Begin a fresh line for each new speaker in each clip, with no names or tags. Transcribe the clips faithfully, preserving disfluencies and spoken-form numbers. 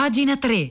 Pagina tre.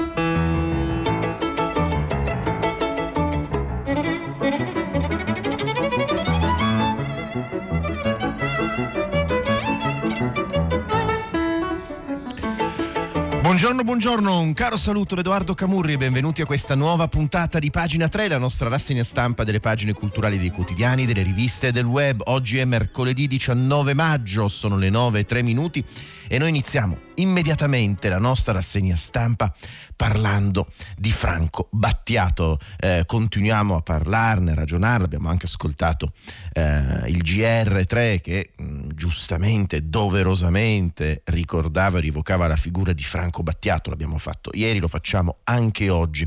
Buongiorno, buongiorno, un caro saluto da Edoardo Camurri e benvenuti a questa nuova puntata di Pagina tre, la nostra rassegna stampa delle pagine culturali dei quotidiani, delle riviste e del web. Oggi è mercoledì diciannove maggio, sono le nove e tre minuti e noi iniziamo immediatamente la nostra rassegna stampa parlando di Franco Battiato. Eh, continuiamo a parlarne, a ragionare, abbiamo anche ascoltato eh, il G R tre che mh, giustamente, doverosamente ricordava e rivocava la figura di Franco Battiato. L'abbiamo fatto ieri, lo facciamo anche oggi,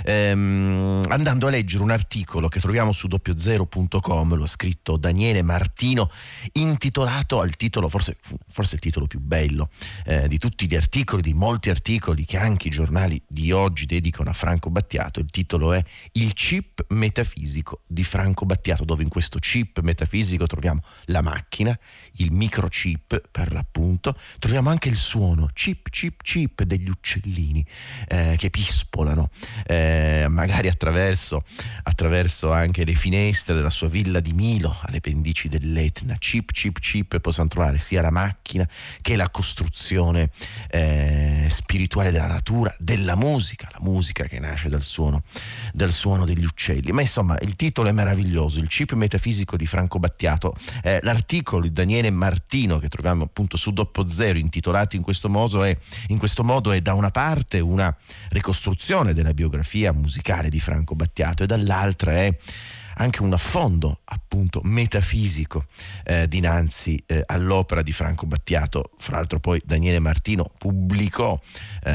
ehm, andando a leggere un articolo che troviamo su doppio zero punto com, lo ha scritto Daniele Martino, intitolato al titolo, forse, forse il titolo più bello eh, di tutti gli articoli, di molti articoli che anche i giornali di oggi dedicano a Franco Battiato. Il titolo è Il chip metafisico di Franco Battiato, dove in questo chip metafisico troviamo la macchina, il microchip per l'appunto, troviamo anche il suono, chip chip chip degli uccellini eh, che pispolano eh, magari attraverso, attraverso anche le finestre della sua villa di Milo alle pendici dell'Etna. Chip chip chip, possiamo trovare sia la macchina che la costruzione eh, spirituale della natura, della musica, la musica che nasce dal suono, dal suono degli uccelli. Ma insomma il titolo è meraviglioso, il chip metafisico di Franco Battiato. Eh, l'articolo di Daniele Martino che troviamo appunto su Doppio Zero, intitolato in questo modo è in questo modo è da una parte una ricostruzione della biografia musicale di Franco Battiato e dall'altra è anche un affondo appunto metafisico eh, dinanzi eh, all'opera di Franco Battiato. Fra l'altro poi Daniele Martino pubblicò eh,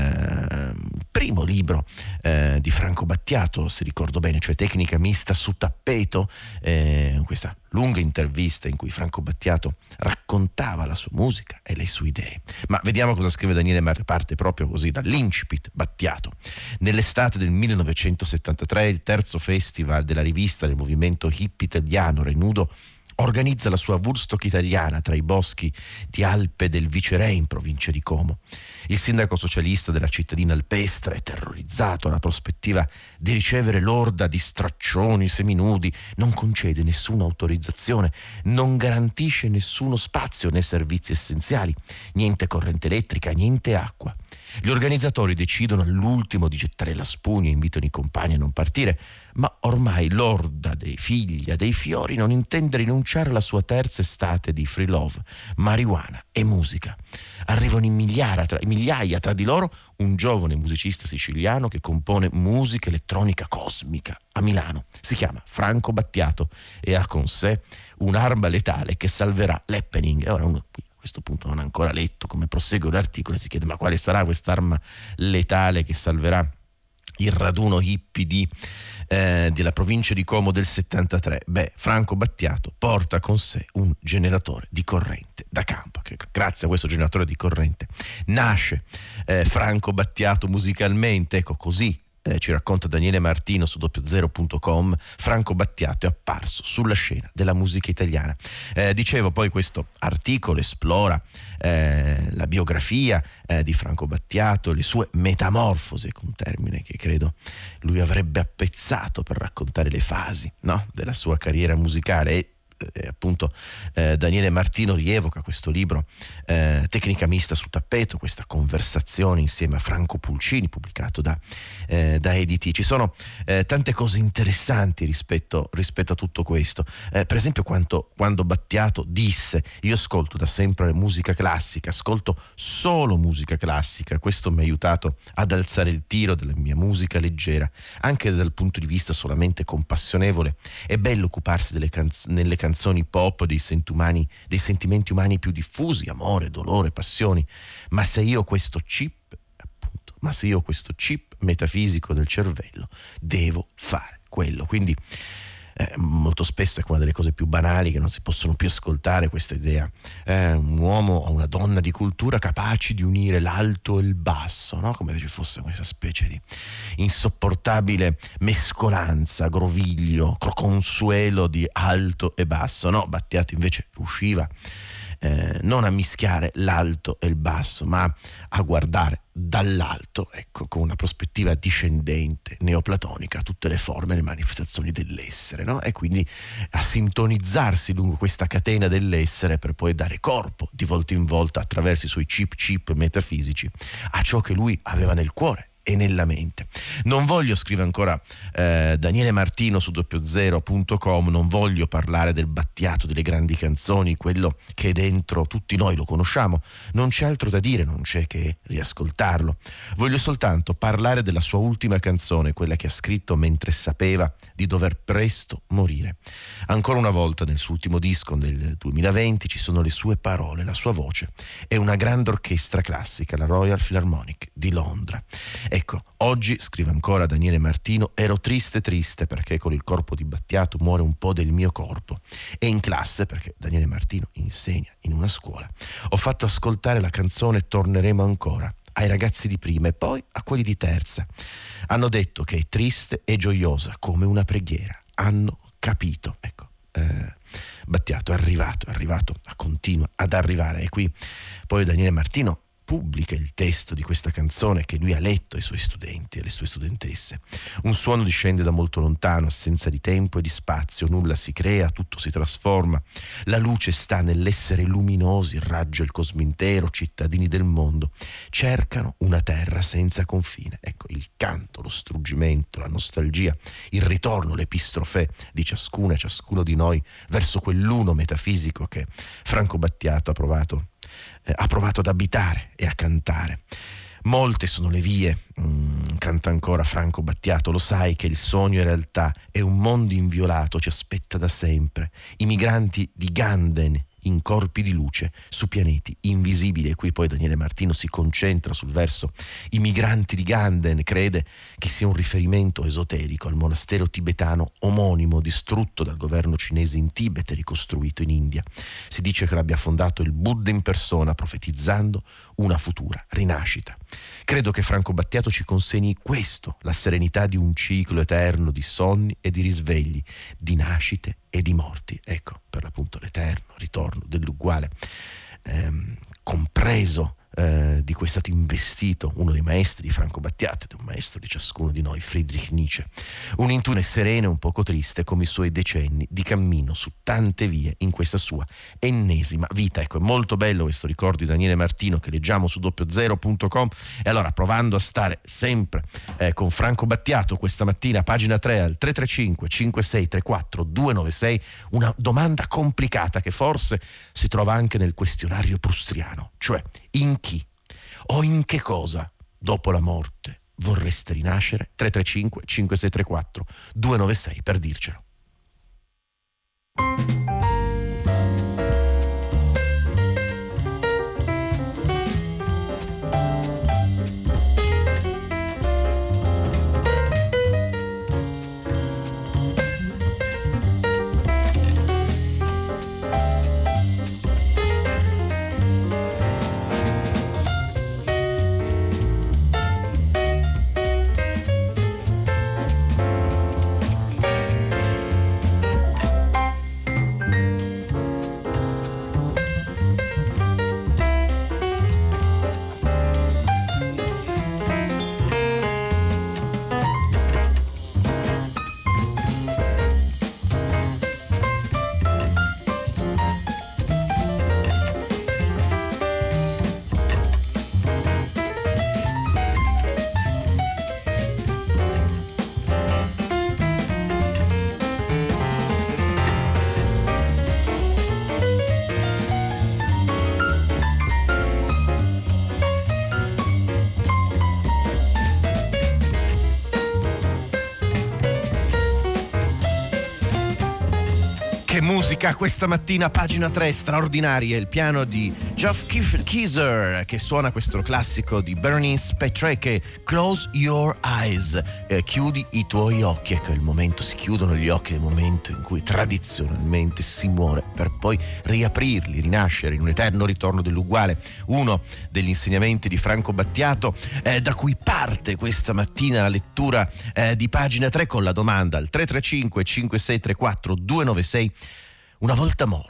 il primo libro eh, di Franco Battiato, se ricordo bene, cioè Tecnica mista su tappeto, eh, questa lunga intervista in cui Franco Battiato raccontava la sua musica e le sue idee. Ma vediamo cosa scrive Daniele Martino, parte proprio così dall'incipit Battiato. Nell'estate del millenovecentosettantatré il terzo festival della rivista del movimento hippie italiano Renudo organizza la sua Woodstock italiana tra i boschi di Alpe del Viceré in provincia di Como. Il sindaco socialista della cittadina alpestre, terrorizzato alla prospettiva di ricevere l'orda di straccioni seminudi, non concede nessuna autorizzazione, non garantisce nessuno spazio né servizi essenziali, niente corrente elettrica, niente acqua. Gli organizzatori decidono all'ultimo di gettare la spugna e invitano i compagni a non partire, ma ormai l'orda dei figlia dei fiori non intende rinunciare alla sua terza estate di free love, marijuana e musica. Arrivano in migliaia tra, migliaia tra di loro un giovane musicista siciliano che compone musica elettronica cosmica a Milano. Si chiama Franco Battiato e ha con sé un'arma letale che salverà l'happening. E ora uno qui a questo punto non ha ancora letto come prosegue l'articolo e si chiede: ma quale sarà quest'arma letale che salverà il raduno hippie di, eh, della provincia di Como del settantatré? Beh, Franco Battiato porta con sé un generatore di corrente da campo, che grazie a questo generatore di corrente nasce eh, Franco Battiato musicalmente. Ecco, così Eh, ci racconta Daniele Martino su doppio zero punto com, Franco Battiato è apparso sulla scena della musica italiana. Eh, dicevo, poi questo articolo esplora eh, la biografia eh, di Franco Battiato, le sue metamorfosi, un termine che credo lui avrebbe apprezzato per raccontare le fasi, no? della sua carriera musicale. E Eh, appunto eh, Daniele Martino rievoca questo libro eh, Tecnica mista su tappeto, questa conversazione insieme a Franco Pulcini pubblicato da, eh, da Editi. Ci sono eh, tante cose interessanti rispetto, rispetto a tutto questo, eh, per esempio quando, quando Battiato disse: io ascolto da sempre musica classica, ascolto solo musica classica, questo mi ha aiutato ad alzare il tiro della mia musica leggera, anche dal punto di vista solamente compassionevole. È bello occuparsi delle canz- nelle canzoni canzoni pop dei, umani, dei sentimenti umani più diffusi, amore, dolore, passioni, ma se io ho questo chip, appunto, ma se io ho questo chip metafisico del cervello, devo fare quello. Quindi eh, molto spesso è una delle cose più banali che non si possono più ascoltare, questa idea, eh, un uomo o una donna di cultura capaci di unire l'alto e il basso, no? Come se ci fosse questa specie di insopportabile mescolanza, groviglio, consuelo di alto e basso. No, Battiato invece riusciva eh, non a mischiare l'alto e il basso, ma a guardare dall'alto, ecco, con una prospettiva discendente, neoplatonica, tutte le forme e le manifestazioni dell'essere, no? E quindi a sintonizzarsi lungo questa catena dell'essere per poi dare corpo di volta in volta attraverso i suoi chip chip metafisici a ciò che lui aveva nel cuore e nella mente. Non voglio, scrive ancora eh, Daniele Martino su doppio zero punto com, non voglio parlare del Battiato, delle grandi canzoni, quello che è dentro tutti noi lo conosciamo, non c'è altro da dire, non c'è che riascoltarlo. Voglio soltanto parlare della sua ultima canzone, quella che ha scritto mentre sapeva di dover presto morire. Ancora una volta nel suo ultimo disco del duemilaventi ci sono le sue parole, la sua voce e una grande orchestra classica, la Royal Philharmonic di Londra. Ecco, oggi, scrive ancora Daniele Martino, ero triste triste perché con il corpo di Battiato muore un po' del mio corpo, e in classe, perché Daniele Martino insegna in una scuola, ho fatto ascoltare la canzone Torneremo ancora ai ragazzi di prima e poi a quelli di terza. Hanno detto che è triste e gioiosa come una preghiera, hanno capito. Ecco, eh, Battiato è arrivato, è arrivato, continua ad arrivare, e qui poi Daniele Martino pubblica il testo di questa canzone che lui ha letto ai suoi studenti e alle sue studentesse. Un suono discende da molto lontano, assenza di tempo e di spazio, nulla si crea, tutto si trasforma. La luce sta nell'essere luminosi, irraggia il cosmo intero, cittadini del mondo cercano una terra senza confine. Ecco, il canto, lo struggimento, la nostalgia, il ritorno, l'epistrofè di ciascuna e ciascuno di noi verso quell'uno metafisico che Franco Battiato ha provato Eh, ha provato ad abitare e a cantare. Molte sono le vie, mm, canta ancora Franco Battiato, lo sai che il sogno in realtà è un mondo inviolato, ci aspetta da sempre. I migranti di Ganden in corpi di luce su pianeti invisibili. E qui poi Daniele Martino si concentra sul verso i migranti di Ganden, crede che sia un riferimento esoterico al monastero tibetano omonimo distrutto dal governo cinese in Tibet e ricostruito in India. Si dice che l'abbia fondato il Buddha in persona, profetizzando una futura rinascita. Credo che Franco Battiato ci consegni questo, la serenità di un ciclo eterno di sonni e di risvegli, di nascite e di morti. Ecco, per l'appunto l'eterno ritorno dell'uguale, ehm, compreso eh, di cui è stato investito uno dei maestri di Franco Battiato ed un maestro di ciascuno di noi, Friedrich Nietzsche. Un'intuizione serena e un poco triste come i suoi decenni di cammino su tante vie in questa sua ennesima vita. Ecco, è molto bello questo ricordo di Daniele Martino che leggiamo su doppio zero punto com. E allora, provando a stare sempre eh, con Franco Battiato questa mattina, pagina tre al tre tre cinque cinque sei tre quattro due nove sei, una domanda complicata che forse si trova anche nel questionario prustiano, cioè in chi o in che cosa dopo la morte vorreste rinascere? Tre tre cinque cinque sei tre quattro due nove sei per dircelo. Musica questa mattina, pagina tre, straordinaria, il piano di Geoff Keezer che suona questo classico di Bernice Petre, che Close Your Eyes, eh, chiudi i tuoi occhi. Ecco, il momento, si chiudono gli occhi, è il momento in cui tradizionalmente si muore per poi riaprirli, rinascere in un eterno ritorno dell'uguale. Uno degli insegnamenti di Franco Battiato, eh, da cui parte questa mattina la lettura eh, di pagina tre con la domanda al tre tre cinque cinque sei tre quattro due nove sei. Una volta morti,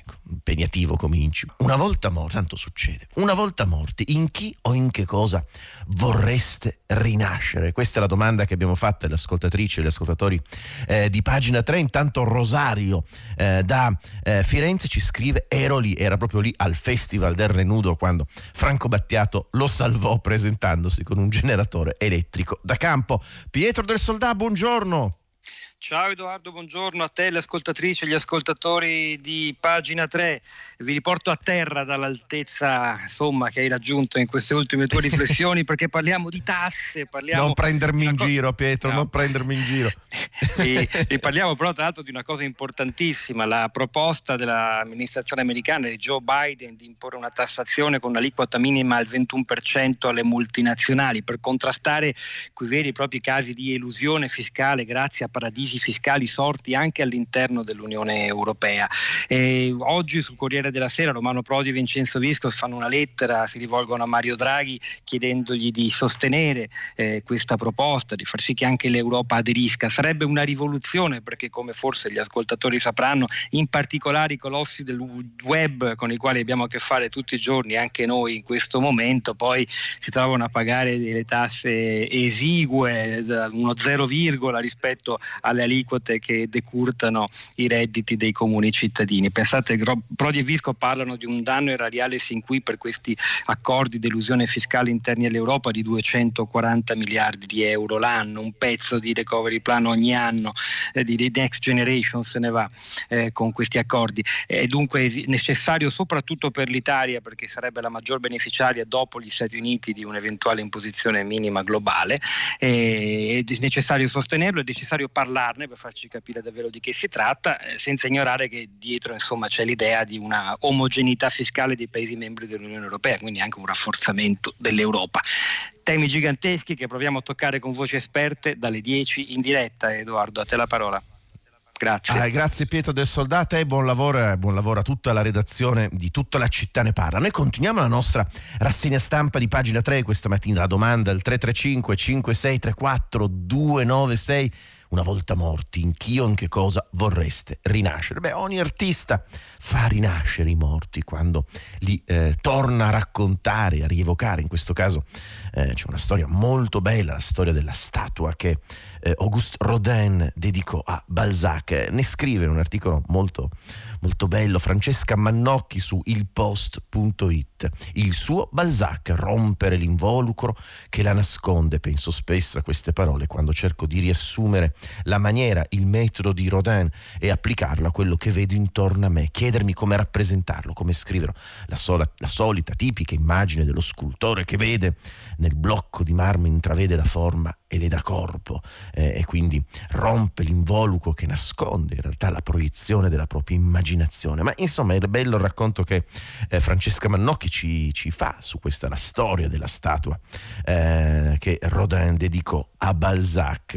ecco, impegnativo cominci. Una volta morti, tanto succede, una volta morti, in chi o in che cosa vorreste rinascere? Questa è la domanda che abbiamo fatto alle ascoltatrici e agli ascoltatori eh, di Pagina tre. Intanto Rosario eh, da eh, Firenze ci scrive: ero lì, era proprio lì al Festival del Renudo quando Franco Battiato lo salvò presentandosi con un generatore elettrico da campo. Pietro del Soldà, buongiorno.
Ciao Edoardo, buongiorno a te, le ascoltatrici e gli ascoltatori di Pagina tre. Vi riporto a terra dall'altezza, insomma, che hai raggiunto in queste ultime tue riflessioni, perché parliamo di tasse, parliamo...
Non prendermi in
co-
giro, Pietro,
no.
non prendermi in giro.
e, e parliamo però tra l'altro di una cosa importantissima, la proposta dell'amministrazione americana di Joe Biden di imporre una tassazione con un'aliquota minima al ventuno per cento alle multinazionali per contrastare quei veri e propri casi di elusione fiscale grazie a paradisi fiscali sorti anche all'interno dell'Unione Europea. E oggi sul Corriere della Sera Romano Prodi e Vincenzo Viscos fanno una lettera, si rivolgono a Mario Draghi chiedendogli di sostenere eh, questa proposta, di far sì che anche l'Europa aderisca. Sarebbe una rivoluzione, perché come forse gli ascoltatori sapranno, in particolare i colossi del web con i quali abbiamo a che fare tutti i giorni, anche noi in questo momento, poi si trovano a pagare delle tasse esigue, uno zero virgola rispetto alle aliquote che decurtano i redditi dei comuni cittadini. Pensate, Prodi e Visco parlano di un danno erariale sin qui per questi accordi di elusione fiscale interni all'Europa di duecentoquaranta miliardi di euro l'anno, un pezzo di recovery plan ogni anno, eh, di Next Generation se ne va eh, con questi accordi. È dunque necessario soprattutto per l'Italia, perché sarebbe la maggior beneficiaria dopo gli Stati Uniti di un'eventuale imposizione minima globale, eh, è necessario sostenerlo, è necessario parlarne per farci capire davvero di che si tratta, eh, senza ignorare che dietro insomma c'è l'idea di una omogeneità fiscale dei Paesi membri dell'Unione Europea, quindi anche un rafforzamento dell'Europa. Temi giganteschi che proviamo a toccare con voci esperte dalle dieci in diretta. Edoardo, a te la parola. Grazie.
Ah, grazie Pietro del Soldato e buon lavoro, eh, buon lavoro a tutta la redazione di Tutta la città ne parla. Noi continuiamo la nostra rassegna stampa di Pagina tre questa mattina. La domanda al tre tre cinque cinque sei tre quattro due nove sei. Una volta morti, in chi o in che cosa vorreste rinascere? Beh, ogni artista fa rinascere i morti quando li eh, torna a raccontare, a rievocare. In questo caso eh, c'è una storia molto bella, la storia della statua che eh, Auguste Rodin dedicò a Balzac. Ne scrive un articolo molto, molto bello Francesca Mannocchi su il post punto it. Il suo Balzac, rompere l'involucro che la nasconde. Penso spesso a queste parole quando cerco di riassumere la maniera, il metodo di Rodin e applicarlo a quello che vedo intorno a me, chiedermi come rappresentarlo, come scriverlo. La, sola, la solita tipica immagine dello scultore che vede nel blocco di marmo, intravede la forma e le dà corpo eh, e quindi rompe l'involucro che nasconde in realtà la proiezione della propria immaginazione. Ma insomma è bello il racconto che eh, Francesca Mannocchi ci, ci fa su questa, la storia della statua eh, che Rodin dedicò a Balzac.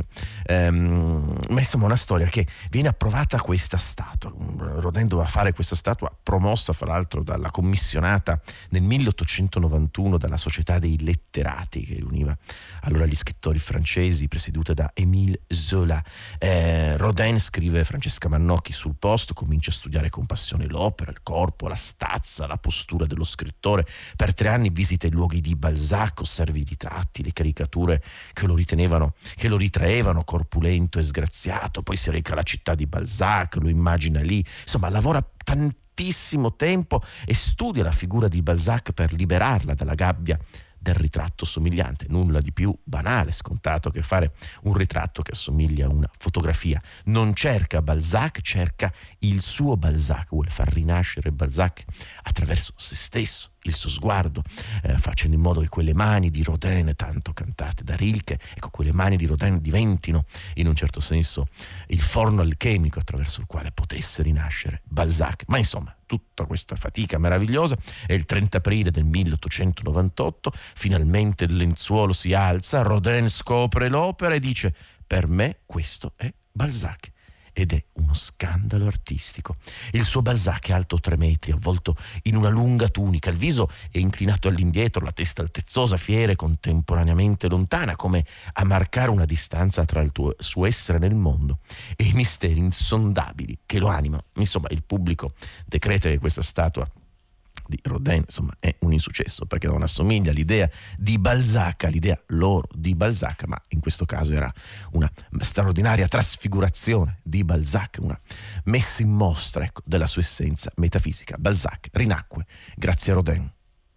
Um, ma insomma una storia che viene approvata questa statua. Rodin doveva fare questa statua promossa fra l'altro dalla commissionata nel milleottocentonovantuno dalla Società dei Letterati, che riuniva allora gli scrittori francesi, presieduta da Émile Zola. eh, Rodin, scrive Francesca Mannocchi sul post, comincia a studiare con passione l'opera, il corpo, la stazza, la postura dello scrittore. Per tre anni visita i luoghi di Balzac, osserva i ritratti, le caricature che lo ritenevano, che lo ritraevano corpulento e sgraziato. Poi si reca alla città di Balzac, lo immagina lì, insomma lavora tantissimo tempo e studia la figura di Balzac per liberarla dalla gabbia del ritratto somigliante. Nulla di più banale, scontato che fare un ritratto che assomiglia a una fotografia. Non cerca Balzac, cerca il suo Balzac, vuole far rinascere Balzac attraverso se stesso, il suo sguardo, eh, facendo in modo che quelle mani di Rodin tanto cantate da Rilke, ecco, quelle mani di Rodin diventino in un certo senso il forno alchemico attraverso il quale potesse rinascere Balzac. Ma insomma, tutta questa fatica meravigliosa, e il trenta aprile del milleottocentonovantotto finalmente il lenzuolo si alza, Rodin scopre l'opera e dice: per me questo è Balzac. ed è uno scandalo artistico. Il suo Balzac è alto tre metri, avvolto in una lunga tunica, il viso è inclinato all'indietro, la testa altezzosa, fiera e contemporaneamente lontana, come a marcare una distanza tra il tuo, suo essere nel mondo e i misteri insondabili che lo animano. Insomma, il pubblico decreta che questa statua di Rodin insomma è un insuccesso, perché non assomiglia all'idea di Balzac, all'idea loro di Balzac, ma in questo caso era una straordinaria trasfigurazione di Balzac, una messa in mostra, ecco, della sua essenza metafisica. Balzac rinacque grazie a Rodin.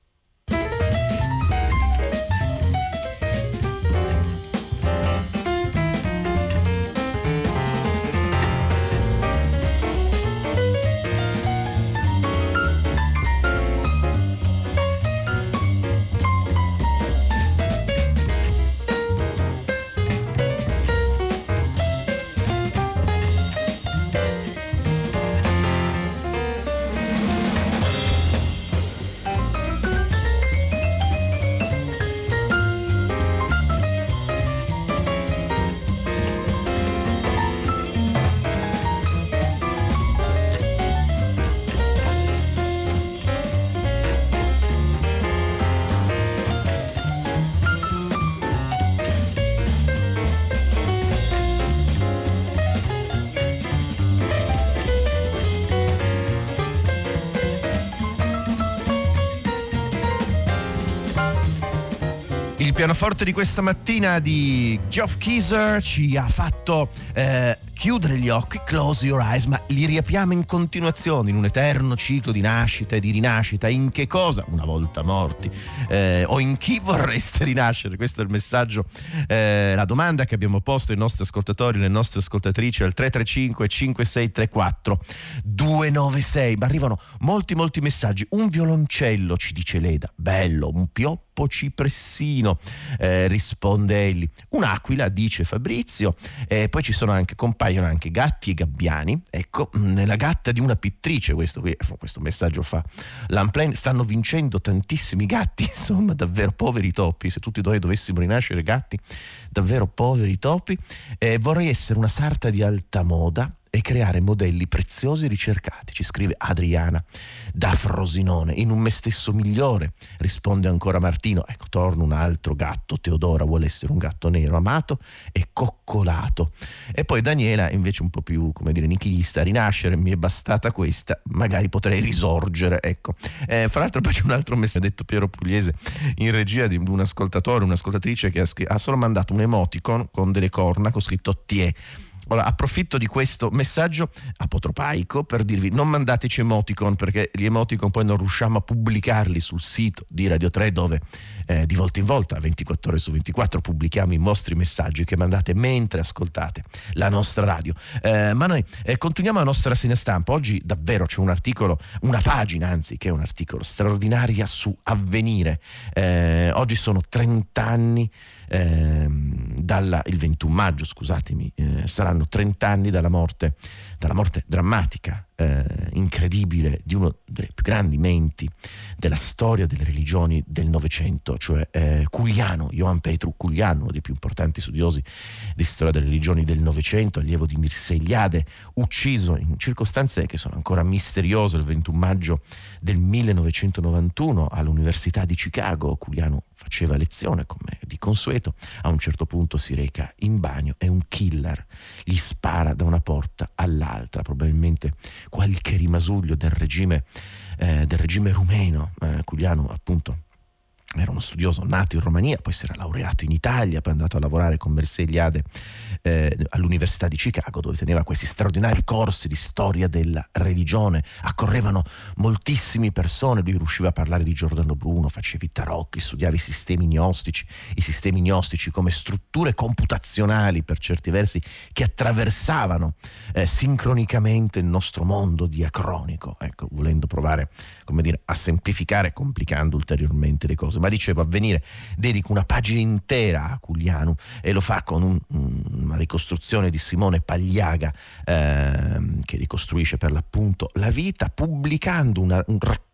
Il pianoforte di questa mattina di Geoff Keezer ci ha fatto eh, chiudere gli occhi, close your eyes, ma li riapriamo in continuazione in un eterno ciclo di nascita e di rinascita. In che cosa? Una volta morti. Eh, o in chi vorreste rinascere? Questo è il messaggio, eh, la domanda che abbiamo posto ai nostri ascoltatori e alle nostre ascoltatrici al tre tre cinque cinque sei tre quattro due nove sei. Ma arrivano molti molti messaggi. Un violoncello, ci dice Leda, bello. Un pioppo cipressino, eh, risponde Elli. Un'aquila, dice Fabrizio. Eh, poi ci sono anche, compaiono anche gatti e gabbiani. Ecco, la gatta di una pittrice, questo qui, questo messaggio fa Lamplain. Stanno vincendo tantissimi gatti, insomma, davvero poveri topi. Se tutti noi dovessimo rinascere gatti, davvero poveri topi. Eh, vorrei essere una sarta di alta moda e creare modelli preziosi e ricercati, ci scrive Adriana da Frosinone. In un me stesso migliore, risponde ancora Martino. Ecco, torna un altro gatto. Teodora vuole essere un gatto nero, amato e coccolato. E poi Daniela invece un po' più, come dire, nichilista: rinascere, mi è bastata questa, magari potrei risorgere. Ecco, eh, fra l'altro poi c'è un altro messaggio, ha detto Piero Pugliese in regia, di un ascoltatore, un'ascoltatrice che ha, scr- ha solo mandato un emoticon con delle corna con scritto Tie. Ora, approfitto di questo messaggio apotropaico per dirvi: non mandateci emoticon, perché gli emoticon poi non riusciamo a pubblicarli sul sito di Radio tre, dove eh, di volta in volta, ventiquattro ore su ventiquattro, pubblichiamo i vostri messaggi che mandate mentre ascoltate la nostra radio. Eh, ma noi eh, continuiamo la nostra rassegna stampa. Oggi davvero c'è un articolo, una pagina anzi, che è un articolo straordinaria su Avvenire. Eh, oggi sono trenta anni Eh, dalla, il ventuno maggio, scusatemi, eh, saranno trenta anni dalla morte, dalla morte drammatica, eh, incredibile, di uno delle più grandi menti della storia delle religioni del Novecento, cioè eh, Culianu, Ioan Petru Culianu, uno dei più importanti studiosi di storia delle religioni del Novecento, allievo di Mircea Eliade, ucciso in circostanze che sono ancora misteriose il ventuno maggio del millenovecentonovantuno all'Università di Chicago. Culianu faceva lezione, come di consueto, a un certo punto si reca in bagno e un killer gli spara da una porta all'altra, probabilmente qualche rimasuglio del regime eh, del regime rumeno. eh, Culianu appunto era uno studioso nato in Romania, poi si era laureato in Italia, poi è andato a lavorare con Mircea Eliade eh, all'Università di Chicago, dove teneva questi straordinari corsi di storia della religione. Accorrevano moltissime persone, lui riusciva a parlare di Giordano Bruno, faceva i tarocchi, studiava i sistemi gnostici, i sistemi gnostici come strutture computazionali, per certi versi, che attraversavano eh, sincronicamente il nostro mondo diacronico, ecco, volendo provare, come dire, a semplificare, complicando ulteriormente le cose. Ma dicevo, Avvenire dedica una pagina intera a Culianu e lo fa con un, una ricostruzione di Simone Pagliaga, eh, che ricostruisce per l'appunto la vita, pubblicando una, un racconto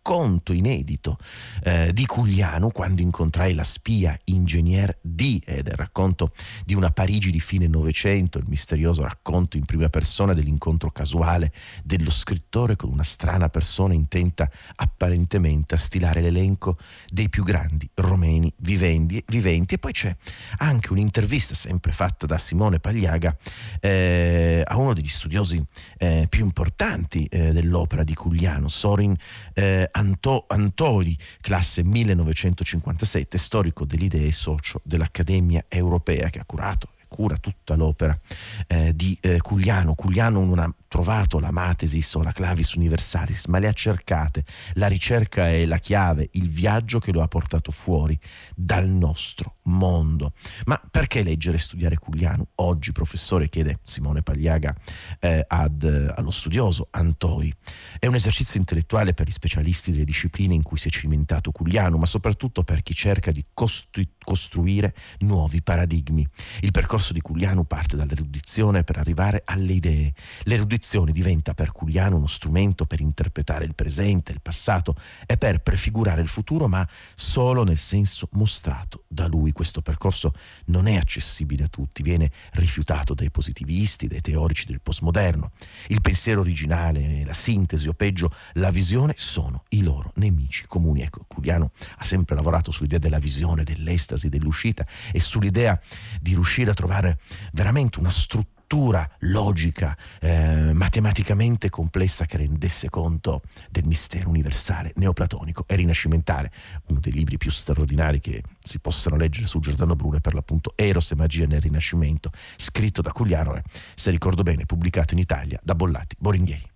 racconto inedito eh, di Cuglianu, quando incontrai la spia Ingenier D, ed è il racconto di una Parigi di fine Novecento, il misterioso racconto in prima persona dell'incontro casuale dello scrittore con una strana persona intenta apparentemente a stilare l'elenco dei più grandi romeni vivendi, viventi. E poi c'è anche un'intervista sempre fatta da Simone Pagliaga eh, a uno degli studiosi eh, più importanti eh, dell'opera di Cuglianu, Sorin eh, Anto- Antoni, classe millenovecentocinquantasette, storico delle idee e socio dell'Accademia Europea, che ha curato e cura tutta l'opera eh, di eh, Cuglianu. Cuglianu non ha trovato la matesis o la clavis universalis, ma le ha cercate. La ricerca è la chiave, il viaggio che lo ha portato fuori dal nostro mondo. Ma perché leggere e studiare Cuglianu? Oggi, professore, chiede Simone Pagliaga eh, ad, allo studioso Antoi. È un esercizio intellettuale per gli specialisti delle discipline in cui si è cimentato Cuglianu, ma soprattutto per chi cerca di costru- costruire nuovi paradigmi. Il percorso di Cuglianu parte dall'erudizione per arrivare alle idee. L'erudizione diventa per Cuglianu uno strumento per interpretare il presente, il passato e per prefigurare il futuro, ma solo nel senso mostrato da lui. Questo percorso non è accessibile a tutti, viene rifiutato dai positivisti, dai teorici del postmoderno. Il pensiero originale, la sintesi o peggio la visione sono i loro nemici comuni. Ecco, Cuglianu ha sempre lavorato sull'idea della visione, dell'estasi, dell'uscita e sull'idea di riuscire a trovare veramente una struttura logica, eh, matematicamente complessa, che rendesse conto del mistero universale, neoplatonico e rinascimentale. Uno dei libri più straordinari che si possano leggere su Giordano Bruno è per l'appunto Eros e magia nel Rinascimento, scritto da Cuglianu e, se ricordo bene, pubblicato in Italia da Bollati Boringhieri.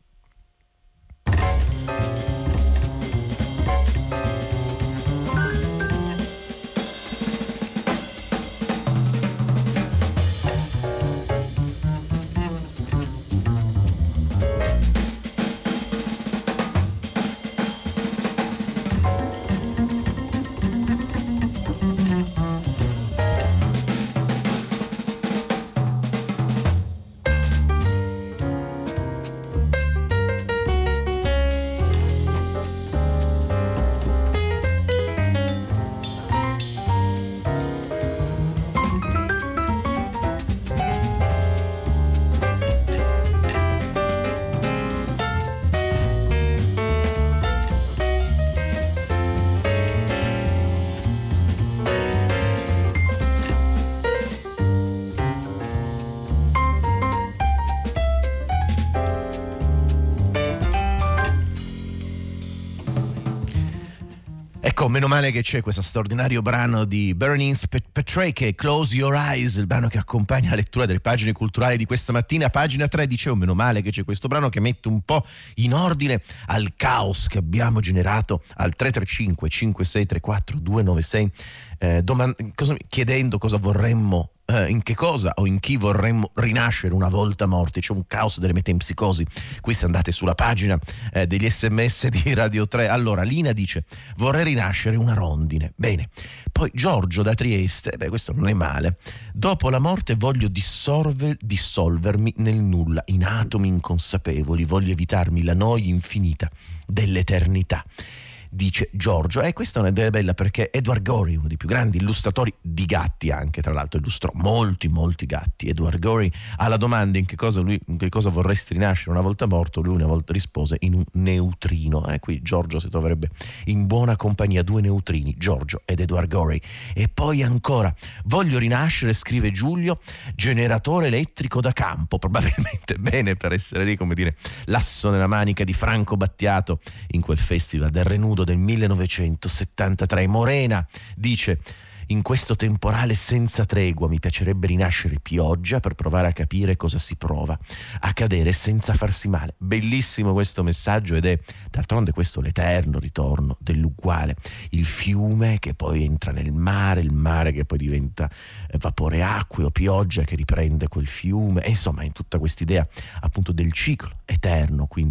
Ecco, meno male che c'è questo straordinario brano di Berenice Petrarca, Close Your Eyes, il brano che accompagna la lettura delle pagine culturali di questa mattina. Pagina tre, dicevo, meno male che c'è questo brano che mette un po' in ordine al caos che abbiamo generato al tre tre cinque cinque sei tre quattro due nove sei, eh, domand- cosa, chiedendo cosa vorremmo, eh, in che cosa o in chi vorremmo rinascere una volta morti. C'è un caos delle metempsicosi qui, se andate sulla pagina eh, degli sms di Radio tre. Allora Lina dice: vorrei rinascere una rondine. Bene. Poi Giorgio da Trieste, beh, questo non è male: dopo la morte voglio dissolver, dissolvermi nel nulla, in atomi inconsapevoli, voglio evitarmi la noia infinita dell'eternità. Dice Giorgio. E eh, questa è un'idea bella, perché Edward Gorey, uno dei più grandi illustratori di gatti, anche tra l'altro illustrò molti molti gatti. Edward Gorey, alla domanda in che cosa lui, in che cosa vorresti rinascere una volta morto, lui una volta rispose: in un neutrino. E eh, qui Giorgio si troverebbe in buona compagnia, due neutrini, Giorgio ed Edward Gorey. E poi ancora: voglio rinascere, scrive Giulio, generatore elettrico da campo, probabilmente bene per essere lì, come dire, l'asso nella manica di Franco Battiato in quel festival del Renudo del millenovecentosettantatré. Morena dice: in questo temporale senza tregua mi piacerebbe rinascere pioggia per provare a capire cosa si prova a cadere senza farsi male. Bellissimo questo messaggio, ed è d'altronde questo l'eterno ritorno dell'uguale, il fiume che poi entra nel mare, il mare che poi diventa vapore acqueo, pioggia che riprende quel fiume, e insomma in tutta quest'idea appunto del ciclo eterno, quindi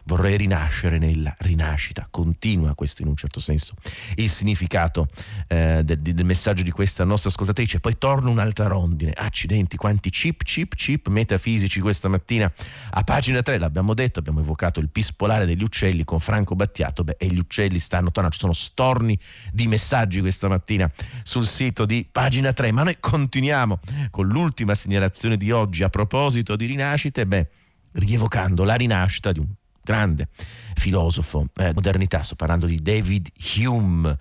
vorrei rinascere nella rinascita continua. Questo in un certo senso il significato eh, del, del messaggio di questa nostra ascoltatrice. Poi torna un'altra rondine, accidenti, quanti chip chip chip metafisici questa mattina a pagina tre. L'abbiamo detto, abbiamo evocato il pispolare degli uccelli con Franco Battiato. Beh, e gli uccelli stanno tornando, ci sono storni di messaggi questa mattina sul sito di pagina tre, ma noi continuiamo con l'ultima segnalazione di oggi a proposito di rinascite, beh, rievocando la rinascita di un grande filosofo eh, modernità. Sto parlando di David Hume.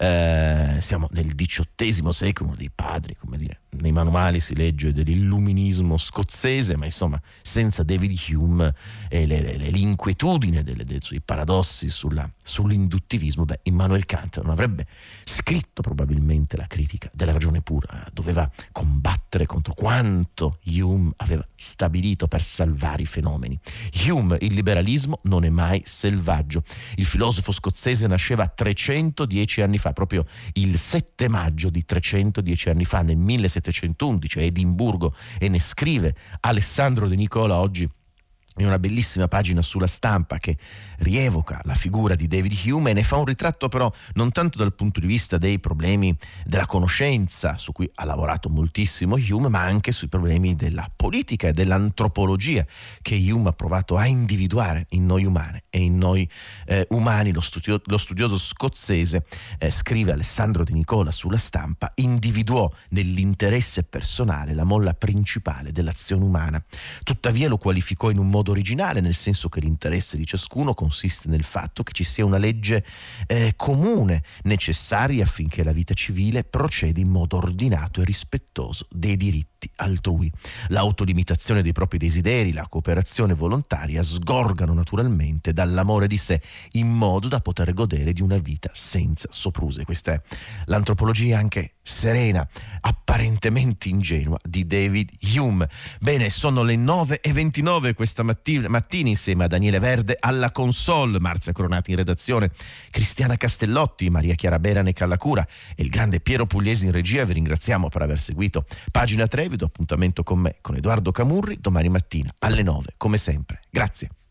Eh, siamo nel diciottesimo secolo, uno dei padri, come dire, nei manuali si legge dell'illuminismo scozzese, ma insomma senza David Hume e le, le, l'inquietudine delle, dei suoi paradossi sulla, sull'induttivismo, beh, Immanuel Kant non avrebbe scritto probabilmente la critica della ragione pura. Doveva combattere contro quanto Hume aveva stabilito per salvare i fenomeni. Hume, il liberalismo non è mai selvaggio. Il filosofo scozzese nasceva trecentodieci anni fa, proprio il sette maggio di trecentodieci anni fa, nel millesettecentoundici, a Edimburgo, e ne scrive Alessandro De Nicola oggi in una bellissima pagina sulla Stampa che rievoca la figura di David Hume e ne fa un ritratto però non tanto dal punto di vista dei problemi della conoscenza, su cui ha lavorato moltissimo Hume, ma anche sui problemi della politica e dell'antropologia che Hume ha provato a individuare in noi umane e in noi eh, umani. Lo, studio, lo studioso scozzese, eh, scrive Alessandro De Nicola sulla Stampa, individuò nell'interesse personale la molla principale dell'azione umana. Tuttavia lo qualificò in un modo originale, nel senso che l'interesse di ciascuno consiste nel fatto che ci sia una legge eh, comune necessaria affinché la vita civile proceda in modo ordinato e rispettoso dei diritti altrui. L'autolimitazione dei propri desideri, la cooperazione volontaria sgorgano naturalmente dall'amore di sé in modo da poter godere di una vita senza soprusi. Questa è l'antropologia anche serena, apparentemente ingenua di David Hume. Bene, sono le nove e ventinove questa mattina, mattina insieme a Daniele Verde alla console, Marzia Coronati in redazione, Cristiana Castellotti, Maria Chiara Berane Callacura e il grande Piero Pugliesi in regia. Vi ringraziamo per aver seguito Pagina tre. Vi do appuntamento con me, con Edoardo Camurri, domani mattina alle nove, come sempre. Grazie.